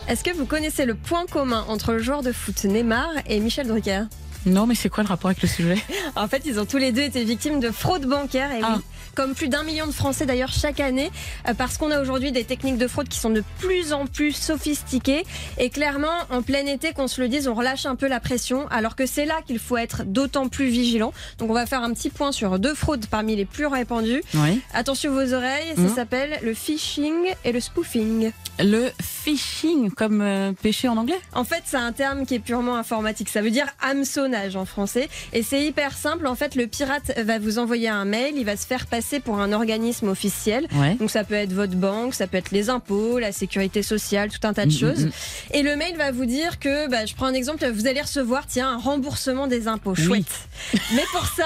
Est-ce que vous connaissez le point commun entre le joueur de foot Neymar et Michel Drucker ? Non, mais c'est quoi le rapport avec le sujet ? En fait, ils ont tous les deux été victimes de fraude bancaire. Et oui, comme plus d'1 million de Français d'ailleurs chaque année, parce qu'on a aujourd'hui des techniques de fraude qui sont de plus en plus sophistiquées. Et clairement, en plein été, qu'on se le dise, on relâche un peu la pression, alors que c'est là qu'il faut être d'autant plus vigilant. Donc on va faire un petit point sur 2 fraudes parmi les plus répandues. Oui. Attention vos oreilles, ça s'appelle le phishing et le spoofing. Le phishing, comme péché en anglais ? En fait, c'est un terme qui est purement informatique. Ça veut dire hameçonnage en français. Et c'est hyper simple. En fait, le pirate va vous envoyer un mail. Il va se faire passer pour un organisme officiel. Ouais. Donc, ça peut être votre banque, ça peut être les impôts, la sécurité sociale, tout un tas de choses. Et le mail va vous dire que, je prends un exemple, vous allez recevoir, un remboursement des impôts. Chouette. Mais pour ça,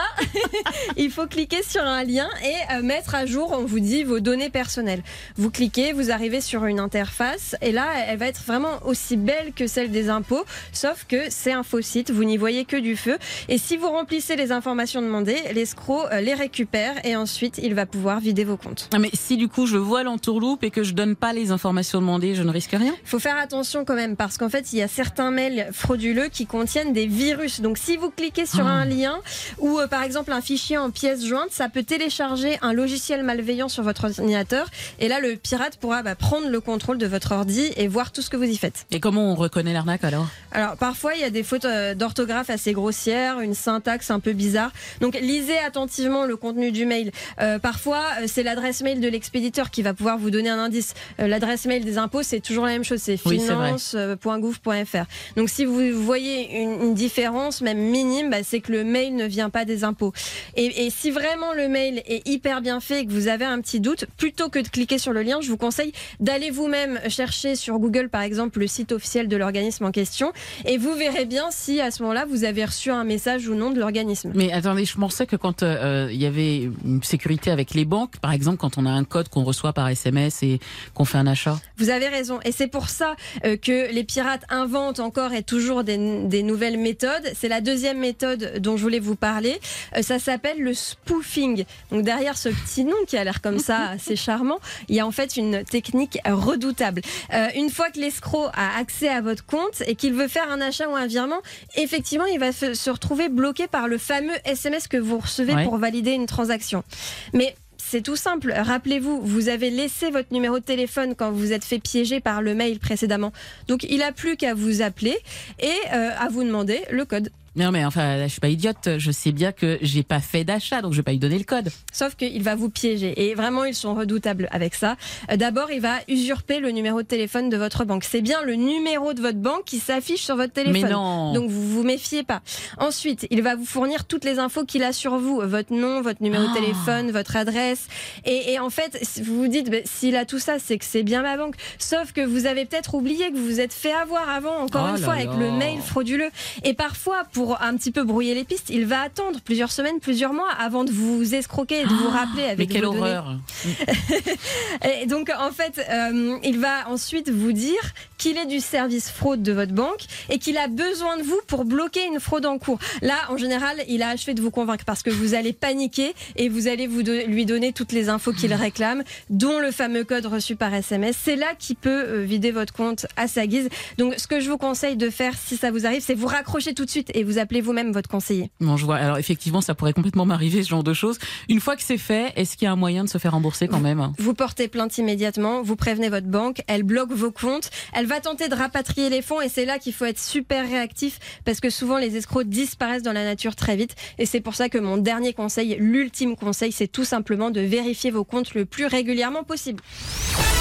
il faut cliquer sur un lien et mettre à jour, on vous dit, vos données personnelles. Vous cliquez, vous arrivez sur une interface et là, elle va être vraiment aussi belle que celle des impôts, sauf que c'est un faux site, vous n'y voyez que du feu. Et si vous remplissez les informations demandées, l'escroc les récupère et ensuite, il va pouvoir vider vos comptes. Mais si du coup, je vois l'entourloupe et que je donne pas les informations demandées, je ne risque rien ? Il faut faire attention quand même parce qu'en fait, il y a certains mails frauduleux qui contiennent des virus. Donc, si vous cliquez sur un lien ou par exemple un fichier en pièces jointes, ça peut télécharger un logiciel malveillant sur votre ordinateur et là, le pirate pourra prendre le contrôle de votre ordi et voir tout ce que vous y faites. Et comment on reconnaît l'arnaque alors ? Alors, parfois, il y a des fautes d'orthographe assez grossières, une syntaxe un peu bizarre. Donc, lisez attentivement le contenu du mail. Parfois, c'est l'adresse mail de l'expéditeur qui va pouvoir vous donner un indice. L'adresse mail des impôts, c'est toujours la même chose, c'est finance.gouv.fr. Donc, si vous voyez une différence, même minime, c'est que le mail ne vient pas des impôts. Et si vraiment le mail est hyper bien fait et que vous avez un petit doute, plutôt que de cliquer sur le lien, je vous conseille d'aller vous-même chercher sur Google, par exemple, le site officiel de l'organisme en question et vous verrez bien si à ce moment-là, vous avez reçu un message ou non de l'organisme. Mais attendez, je pensais que quand il y avait une sécurité avec les banques, par exemple, quand on a un code qu'on reçoit par SMS et qu'on fait un achat. Vous avez raison. Et c'est pour ça que les pirates inventent encore et toujours des nouvelles méthodes. C'est la deuxième méthode dont je voulais vous parler. Ça s'appelle le spoofing. Donc derrière ce petit nom qui a l'air comme ça assez charmant, il y a en fait une technique redoutable. Une fois que l'escroc a accès à votre compte et qu'il veut faire un achat ou un virement, effectivement, il va se retrouver bloqué par le fameux SMS que vous recevez pour valider une transaction. Mais c'est tout simple. Rappelez-vous, vous avez laissé votre numéro de téléphone quand vous vous êtes fait piéger par le mail précédemment. Donc, il n'a plus qu'à vous appeler et à vous demander le code. Non mais enfin, je suis pas idiote, je sais bien que j'ai pas fait d'achat, donc je vais pas lui donner le code. Sauf qu'il va vous piéger et vraiment ils sont redoutables avec ça. D'abord, il va usurper le numéro de téléphone de votre banque. C'est bien le numéro de votre banque qui s'affiche sur votre téléphone. Mais non. Donc vous vous méfiez pas. Ensuite, il va vous fournir toutes les infos qu'il a sur vous, votre nom, votre numéro de téléphone, votre adresse. Et en fait, vous vous dites, s'il a tout ça, c'est que c'est bien ma banque. Sauf que vous avez peut-être oublié que vous vous êtes fait avoir avant, encore une fois, avec le mail frauduleux. Et parfois, pour un petit peu brouiller les pistes, il va attendre plusieurs semaines, plusieurs mois avant de vous escroquer et de vous rappeler avec mais quelle vos horreur. Et donc en fait, il va ensuite vous dire qu'il est du service fraude de votre banque et qu'il a besoin de vous pour bloquer une fraude en cours. Là, en général, il a achevé de vous convaincre parce que vous allez paniquer et vous allez lui donner toutes les infos qu'il réclame, dont le fameux code reçu par SMS. C'est là qu'il peut vider votre compte à sa guise. Donc ce que je vous conseille de faire si ça vous arrive, c'est vous raccrocher tout de suite et vous appelez vous-même votre conseiller. Bon, je vois. Alors effectivement, ça pourrait complètement m'arriver, ce genre de choses. Une fois que c'est fait, est-ce qu'il y a un moyen de se faire rembourser quand même ? Vous portez plainte immédiatement, vous prévenez votre banque, elle bloque vos comptes, elle va tenter de rapatrier les fonds et c'est là qu'il faut être super réactif parce que souvent les escrocs disparaissent dans la nature très vite et c'est pour ça que mon dernier conseil, l'ultime conseil, c'est tout simplement de vérifier vos comptes le plus régulièrement possible.